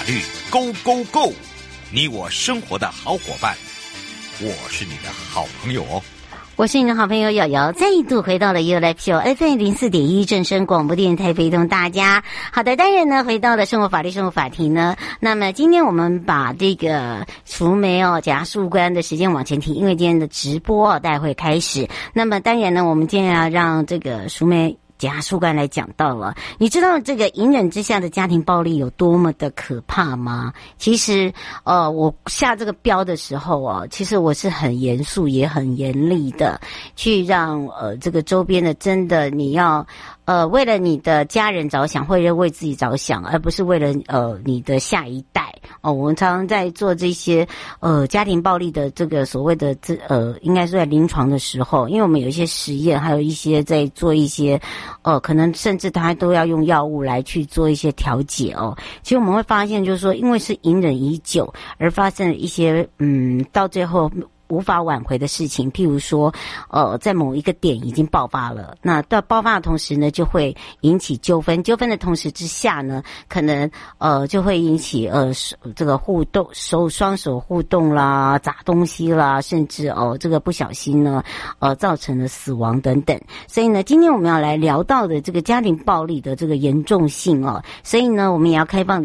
律 Go Go Go， 你我生活的好伙伴，我是你的好朋友哦。 我是你的好朋友瑶瑶，再度回到了 You Life Show FM 04.1正声广播电台，陪同大家。好的，当然呢，回到了生活法律生活法庭呢。那么今天我们把这个除媒检察事务官的时间往前提，因为今天的直播待会开始。那么当然呢，我们今天要让这个除媒检察事务官来讲到了，你知道这个隐忍之下的家庭暴力有多么的可怕吗？其实我下这个标的时候其实我是很严肃也很严厉的去让这个周边的真的你要为了你的家人着想，或者为自己着想，而不是为了你的下一代我们常常在做这些家庭暴力的这个所谓的应该是在临床的时候，因为我们有一些实验，还有一些在做一些可能甚至他都要用药物来去做一些调解其实我们会发现就是说，因为是隐忍已久而发生了一些到最后无法挽回的事情，譬如说在某一个点已经爆发了，那到爆发的同时呢就会引起纠纷的同时之下呢，可能就会引起这个互动，双手互动啦，砸东西啦，甚至这个不小心呢造成了死亡等等。所以呢今天我们要来聊到的这个家庭暴力的这个严重性所以呢我们也要开放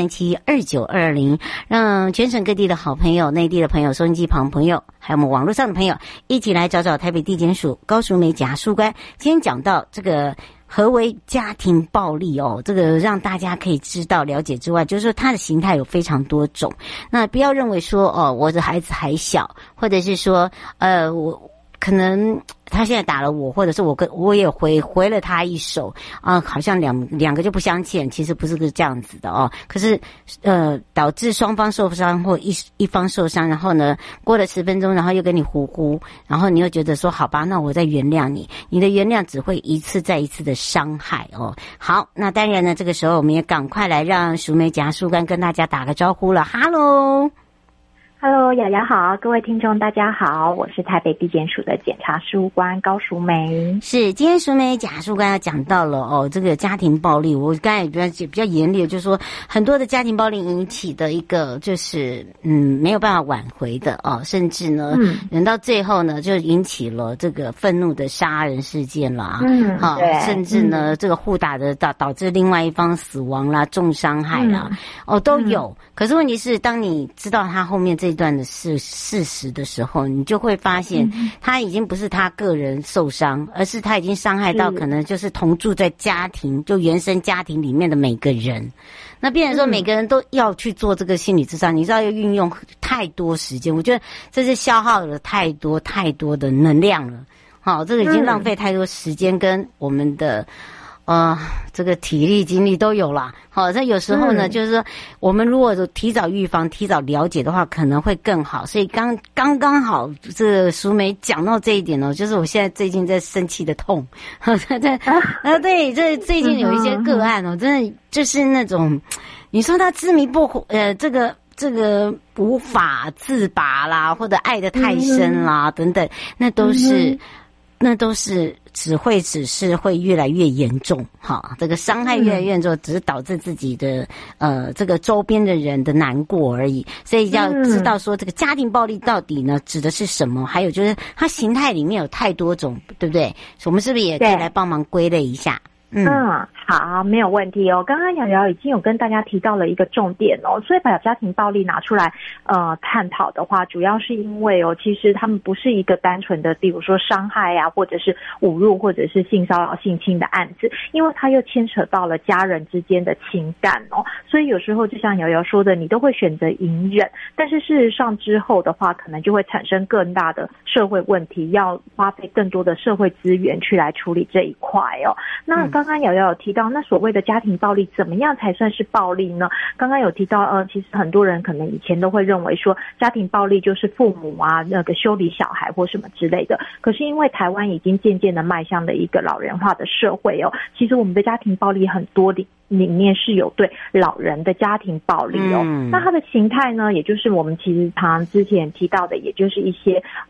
02372922，让全省各地的好朋友、内地的朋友、收音机旁朋友还有我们网络上的朋友一起来找找台北地检署高淑梅检察事务官。今天讲到这个何为家庭暴力这个让大家可以知道了解之外，就是说它的形态有非常多种。那不要认为说我的孩子还小，或者是说我可能他现在打了我，或者是我也回了他一手好像两个就不相欠，其实不是个这样子的可是导致双方受伤或一方受伤，然后呢过了10分钟，然后又跟你呼，然后你又觉得说好吧，那我再原谅你，你的原谅只会一次再一次的伤害好，那当然呢这个时候我们也赶快来让淑梅检察事务官跟大家打个招呼了。 Hello， 瑶瑶好，各位听众大家好，我是台北地检署的检察事务官高淑梅。 是，今天淑梅检察事务官要讲到了这个家庭暴力，我刚才也比较严厉的，就是说很多的家庭暴力引起的一个就是没有办法挽回的甚至呢人到最后呢就引起了这个愤怒的杀人事件啦对，甚至呢这个互打的导致另外一方死亡啦、重伤害啦都有。可是问题是，当你知道他后面这一段的事实的时候，你就会发现他已经不是他个人受伤，而是他已经伤害到可能就是同住在家庭就原生家庭里面的每个人。那变成说每个人都要去做这个心理咨商，你知道要运用太多时间，我觉得这是消耗了太多的能量了这个已经浪费太多时间跟我们的这个体力精力都有啦。好，这有时候呢就是说我们如果提早预防、提早了解的话，可能会更好。所以刚好这个淑梅讲到这一点就是我现在最近在生气的痛对，这最近有一些个案真的就是那种你说他执迷不悔这个无法自拔啦，或者爱得太深啦等等，那都是只是会越来越严重这个伤害越来越严重，只是导致自己的这个周边的人的难过而已。所以要知道说这个家庭暴力到底呢指的是什么，还有就是它形态里面有太多种，对不对？我们是不是也可以来帮忙归类一下？ 好，没有问题刚刚瑶瑶已经有跟大家提到了一个重点所以把家庭暴力拿出来探讨的话，主要是因为其实他们不是一个单纯的比如说伤害或者是侮辱或者是性骚扰性侵的案子，因为它又牵扯到了家人之间的情感所以有时候就像瑶瑶说的，你都会选择隐忍，但是事实上之后的话可能就会产生更大的社会问题，要花费更多的社会资源去来处理这一块那刚刚瑶瑶有提到，那所谓的家庭暴力怎么样才算是暴力呢？刚刚有提到其实很多人可能以前都会认为说家庭暴力就是父母那个修理小孩或什么之类的，可是因为台湾已经渐渐的迈向了一个老人化的社会其实我们的家庭暴力很多里面是有对老人的家庭暴力那它的形态呢，也就是我们其实常之前提到的，也就是一些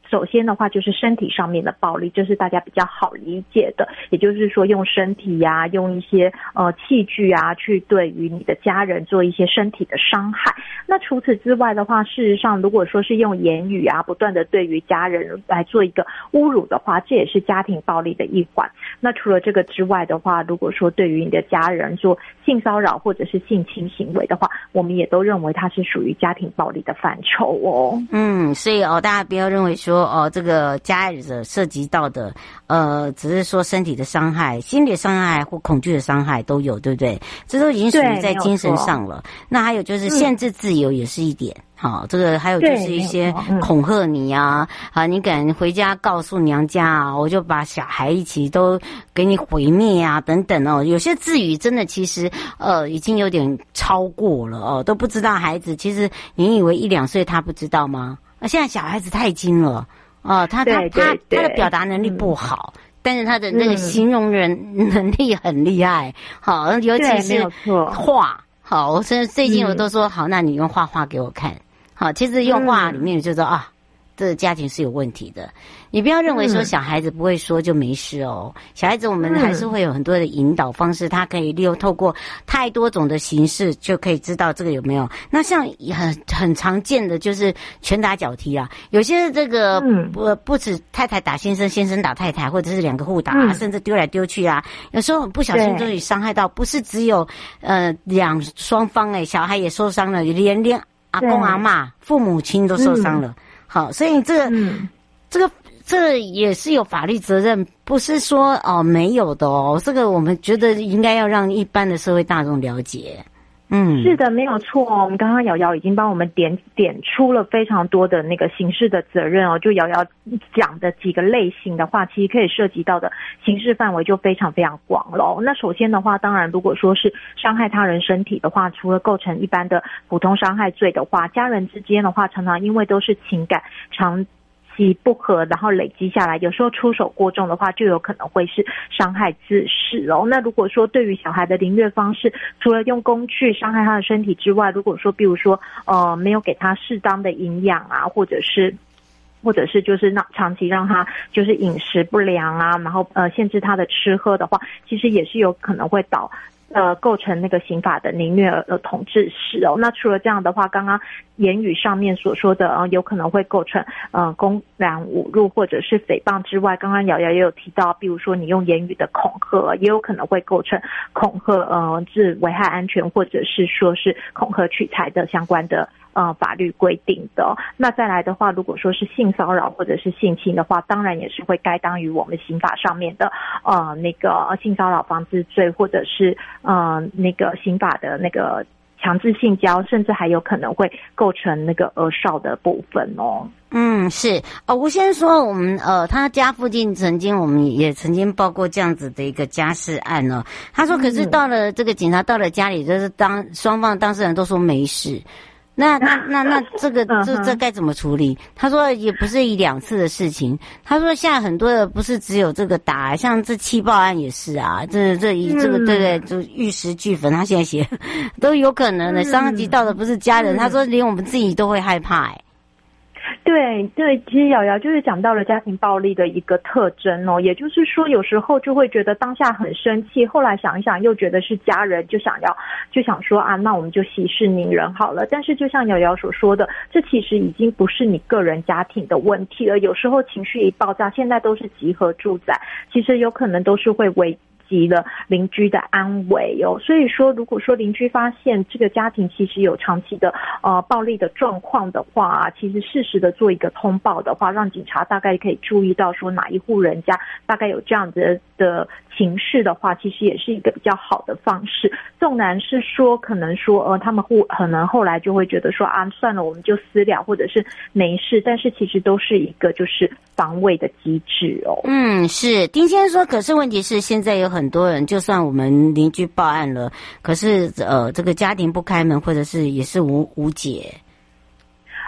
首先的话就是身体上面的暴力，这是大家比较好理解的，也就是说用身体啊，用一些器具啊，去对于你的家人做一些身体的伤害。那除此之外的话，事实上如果说是用言语啊，不断的对于家人来做一个侮辱的话，这也是家庭暴力的一环。那除了这个之外的话，如果说对于你的家人做性骚扰或者是性侵行为的话，我们也都认为它是属于家庭暴力的范畴哦。 所以大家不要认为说这个家人涉及到的只是说身体的伤害、心理伤害或恐惧的伤害都有，对不对？这都已经属于在精神上了。那还有就是限制自由也是一点。好，这个还有就是一些恐吓你啊，你敢回家告诉娘家啊，我就把小孩一起都给你毁灭啊，等等哦。有些字语真的其实已经有点超过了哦，都不知道孩子。其实你以为1、2岁他不知道吗？现在小孩子太精了他的表达能力不好。但是他的那个形容人能力很厉害，好，尤其是画。好，我最近我都说好，那你用画画给我看。好，其实用画里面就知道这个家庭是有问题的。你不要认为说小孩子不会说就没事哦，小孩子我们还是会有很多的引导方式，他可以透过太多种的形式就可以知道这个有没有。那像很常见的就是拳打脚踢啊，有些这个不止太太打先生，先生打太太，或者是2个互打甚至丢来丢去啊，有时候不小心就会伤害到，不是只有双方小孩也受伤了，连阿公阿嬷、父母亲都受伤了。好，所以这也是有法律责任，不是说没有的哦。这个我们觉得应该要让一般的社会大众了解。 是的，没有错哦。我们刚刚瑶瑶已经帮我们点出了非常多的那个刑事的责任哦。就瑶瑶讲的几个类型的话，其实可以涉及到的刑事范围就非常非常广了。那首先的话，当然如果说是伤害他人身体的话，除了构成一般的普通伤害罪的话，家人之间的话，常常因为都是情感长期不和，然后累积下来，有时候出手过重的话，就有可能会是伤害致死哦。那如果说对于小孩的凌虐方式，除了用工具伤害他的身体之外，如果说比如说没有给他适当的营养啊，或者是就是长期让他就是饮食不良啊，然后限制他的吃喝的话，其实也是有可能会构成那个刑法的凌虐儿童致死哦。那除了这样的话，刚刚言语上面所说的有可能会构成公然侮辱或者是诽谤之外，刚刚瑶瑶也有提到，比如说你用言语的恐吓，也有可能会构成恐吓致危害安全或者是说是恐吓取财的相关的法律规定的。那再来的话，如果说是性骚扰或者是性侵的话，当然也是会该当于我们刑法上面的那个性骚扰防治罪，或者是那个刑法的那个强制性交，甚至还有可能会构成那个儿少的部分哦。 是我先说我们他家附近我们也曾经报过这样子的一个家事案哦。他说可是到了这个警察到了家里，就是双方当事人都说没事。那这个这该怎么处理？他说也不是1、2次的事情。他说现在很多的不是只有这个打，像这气爆案也是啊，这个对对，就玉石俱焚。他现在写都有可能的，伤及到的不是家人。他说连我们自己都会害怕。 对，其实瑶瑶就是讲到了家庭暴力的一个特征哦，也就是说有时候就会觉得当下很生气，后来想一想又觉得是家人，就想说那我们就息事宁人好了。但是就像瑶瑶所说的，这其实已经不是你个人家庭的问题了，有时候情绪一爆炸，现在都是集合住宅，其实有可能都是会危及了邻居的安危哦。所以说如果说邻居发现这个家庭其实有长期的暴力的状况的话，其实适时的做一个通报的话，让警察大概可以注意到说哪一户人家大概有这样子的情势的话，其实也是一个比较好的方式。纵然是说可能说他们可能后来就会觉得说算了我们就私了或者是没事，但是其实都是一个就是防卫的机制哦。 是丁先生说，可是问题是现在有很多人，就算我们邻居报案了，可是这个家庭不开门，或者是也是无解。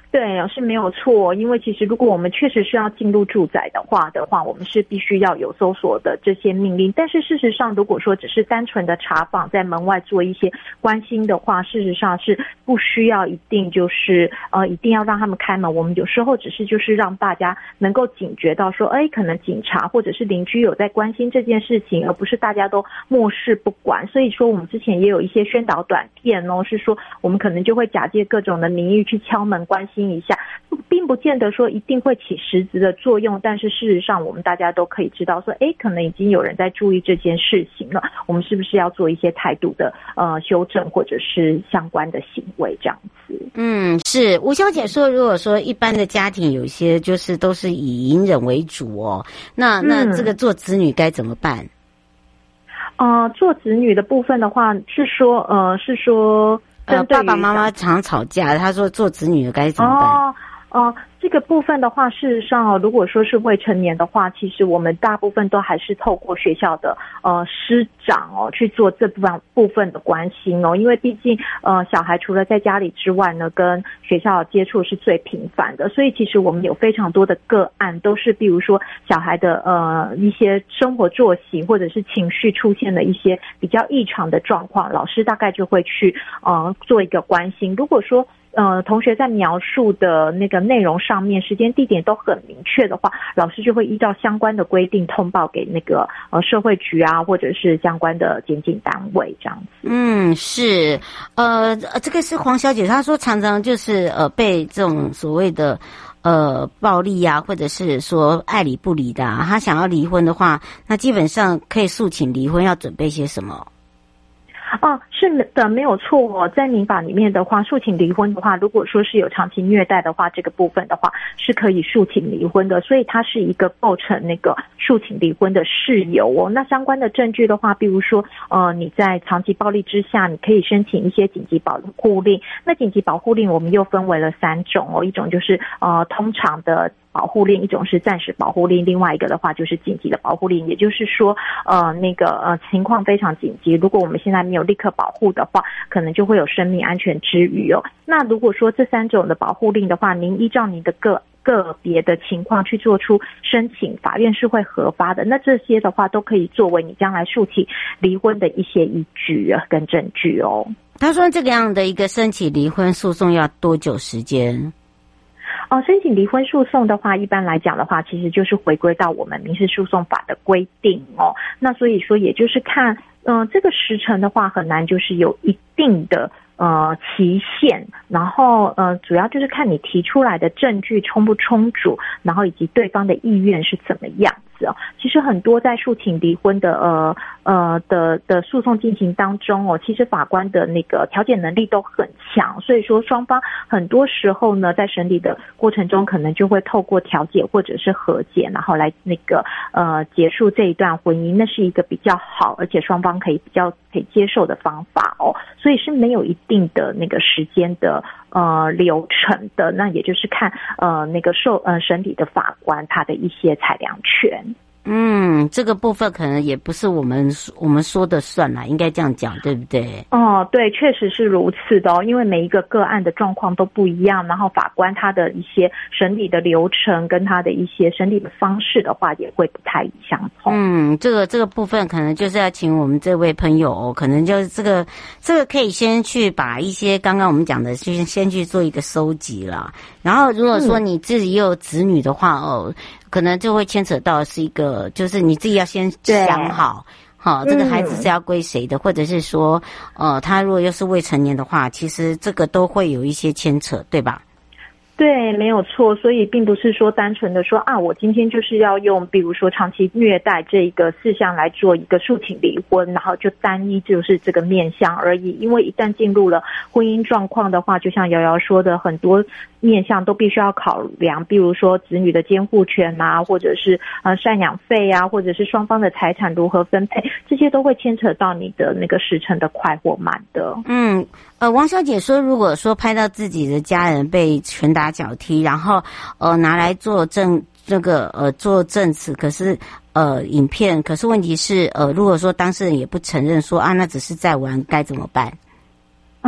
对，是没有错。因为其实如果我们确实是要进入住宅的话，我们是必须要有搜索的这些命令。但是事实上，如果说只是单纯的查访，在门外做一些关心的话，事实上是不需要一定要让他们开门。我们有时候只是就是让大家能够警觉到说，可能警察或者是邻居有在关心这件事情，而不是大家都漠视不管。所以说我们之前也有一些宣导短片是说我们可能就会假借各种的名义去敲门关心一下，并不见得说一定会起实质的作用，但是事实上我们大家都可以知道说，可能已经有人在注意这件事情了，我们是不是要做一些态度的修正或者是相关的行为这样子。 是吴小姐说，如果说一般的家庭有些就是都是以隐忍为主那这个做子女该怎么办？ 做子女的部分的话是说爸爸妈妈常吵架，他说做子女的该怎么办？ 这个部分的话，事实上如果说是未成年的话，其实我们大部分都还是透过学校的师长去做这部分的关心因为毕竟小孩除了在家里之外呢，跟学校接触是最频繁的，所以其实我们有非常多的个案都是比如说小孩的一些生活作息或者是情绪出现了一些比较异常的状况，老师大概就会去做一个关心。如果说同学在描述的那个内容上面时间地点都很明确的话，老师就会依照相关的规定通报给那个社会局啊，或者是相关的检警单位这样子。 是这个是黄小姐她说常常就是被这种所谓的暴力啊，或者是说爱理不理的她想要离婚的话，那基本上可以诉请离婚，要准备些什么？ 是的，没有错在民法里面的话，诉请离婚的话，如果说是有长期虐待的话，这个部分的话是可以诉请离婚的，所以它是一个构成那个诉请离婚的事由那相关的证据的话，比如说你在长期暴力之下，你可以申请一些紧急保护令。那紧急保护令我们又分为了3种一种就是通常的保护令，一种是暂时保护令，另外一个的话就是紧急的保护令。也就是说情况非常紧急，如果我们现在没有立刻保护的话，可能就会有生命安全之虞那如果说这3种的保护令的话，您依照您的个别的情况去做出申请，法院是会核发的。那这些的话都可以作为你将来诉请离婚的一些依据跟证据他说这个样的一个申请离婚诉讼要多久时间？ 申请离婚诉讼的话，一般来讲的话，其实就是回归到我们民事诉讼法的规定那所以说也就是看这个时程的话，很难就是有一定的期限，然后主要就是看你提出来的证据充不充足，然后以及对方的意愿是怎么样子其实很多在诉请离婚的诉讼进行当中其实法官的那个调解能力都很强，所以说双方很多时候呢，在审理的过程中可能就会透过调解或者是和解，然后来那个结束这一段婚姻，那是一个比较好，而且双方可以接受的方法所以是没有一定的那个时间的流程的，那也就是看那个审理的法官他的一些裁量权。 这个部分可能也不是我们说的算啦，应该这样讲，对不对？ 对，确实是如此的因为每一个个案的状况都不一样，然后法官他的一些审理的流程跟他的一些审理的方式的话，也会不太相同。 这个部分可能就是要请我们这位朋友可能就是这个可以先去把一些刚刚我们讲的先去做一个收集了，然后如果说你自己也有子女的话可能就会牵扯到是一个，就是你自己要先想好，这个孩子是要归谁的，或者是说，他如果又是未成年的话，其实这个都会有一些牵扯，对吧？ 对，没有错。所以并不是说单纯的说我今天就是要用比如说长期虐待这一个事项来做一个诉请离婚，然后就单一就是这个面向而已。因为一旦进入了婚姻状况的话，就像瑶瑶说的，很多面向都必须要考量，比如说子女的监护权或者是赡养费或者是双方的财产如何分配，这些都会牵扯到你的那个时程的快或慢的。 王小姐说，如果说拍到自己的家人被拳打脚踢，然后拿来做证词，可是影片，可是问题是如果说当事人也不承认说那只是在玩，该怎么办？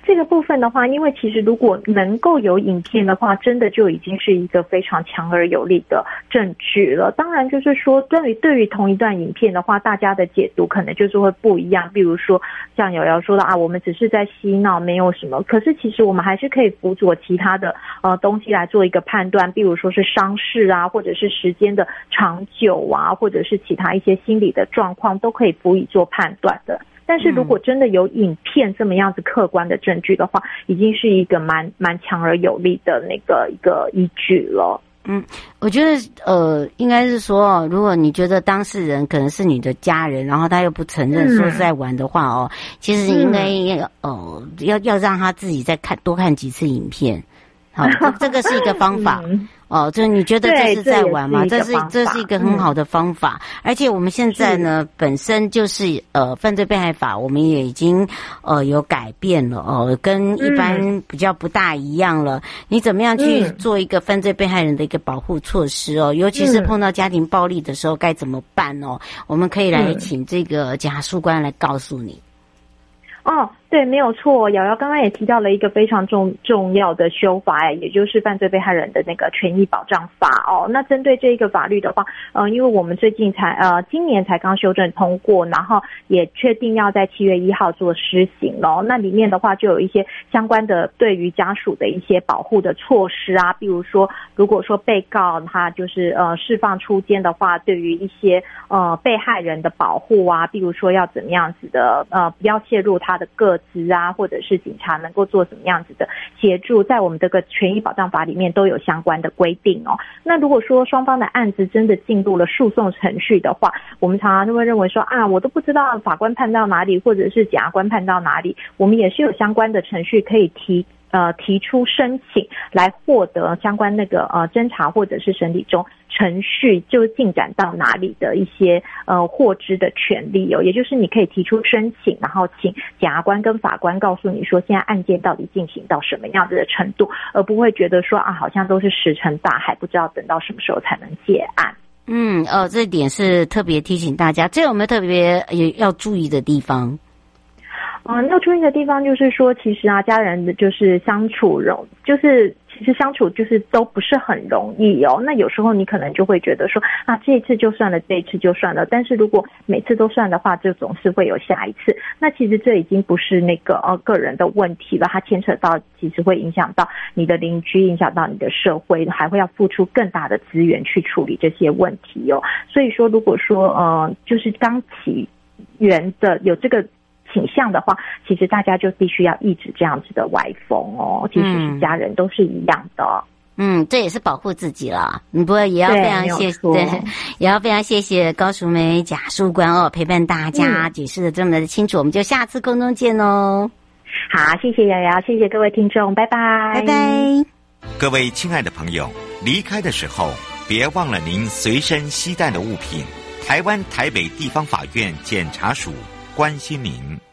这个部分的话，因为其实如果能够有影片的话，真的就已经是一个非常强而有力的证据了。当然就是说对于同一段影片的话，大家的解读可能就是会不一样。比如说像瑶瑶说的我们只是在嬉闹，没有什么，可是其实我们还是可以辅佐其他的东西来做一个判断，比如说是伤势啊，或者是时间的长久啊，或者是其他一些心理的状况，都可以辅以做判断的。但是如果真的有影片这么样子客观的证据的话，已经是一个蛮强而有力的那个一个依据了。 我觉得应该是说，如果你觉得当事人可能是你的家人，然后他又不承认说是在玩的话其实应该要让他自己再多看几次影片。好，这个是一个方法。就是你觉得这是在玩吗？这是一个很好的方法。而且我们现在呢，本身就是犯罪被害法，我们也已经有改变了跟一般比较不大一样了。你怎么样去做一个犯罪被害人的一个保护措施尤其是碰到家庭暴力的时候该怎么办我们可以来请这个检察书官来告诉你。 对，没有错。瑶瑶刚刚也提到了一个非常重要的修法，也就是犯罪被害人的那个权益保障法那针对这一个法律的话，因为我们最近今年才刚修正通过，然后也确定要在7月1号做施行了。那里面的话就有一些相关的对于家属的一些保护的措施啊，比如说如果说被告他就是释放出监的话，对于一些被害人的保护啊，比如说要怎么样子的不要泄露他的个资啊，或者是警察能够做什么样子的协助，在我们这个权益保障法里面都有相关的规定那如果说双方的案子真的进入了诉讼程序的话，我们常常就会认为说我都不知道法官判到哪里，或者是检察官判到哪里，我们也是有相关的程序可以提出申请来获得相关那个侦查或者是审理中程序就进展到哪里的一些获知的权利也就是你可以提出申请，然后请检察官跟法官告诉你说现在案件到底进行到什么样子的程度，而不会觉得说好像都是石沉大海，不知道等到什么时候才能结案。 这点是特别提醒大家，这有没有特别也要注意的地方？ 要注意的地方就是说，其实家人的就是相处其实相处就是都不是很容易那有时候你可能就会觉得说这一次就算了，这一次就算了，但是如果每次都算的话，就总是会有下一次。那其实这已经不是那个个人的问题了，它牵扯到其实会影响到你的邻居，影响到你的社会，还会要付出更大的资源去处理这些问题所以说如果说就是刚起源的有这个倾向的话，其实大家就必须要抑制这样子的歪风即使是家人都是一样的。 这也是保护自己啦。不过也要非常也要非常谢谢高淑梅检书官陪伴大家解释的这么的清楚。我们就下次空中见好， 谢谢瑶瑶，谢谢各位听众，拜拜， 拜拜。 各位亲爱的朋友，离开的时候别忘了您随身携带的物品。台湾台北地方法院检察署关心您。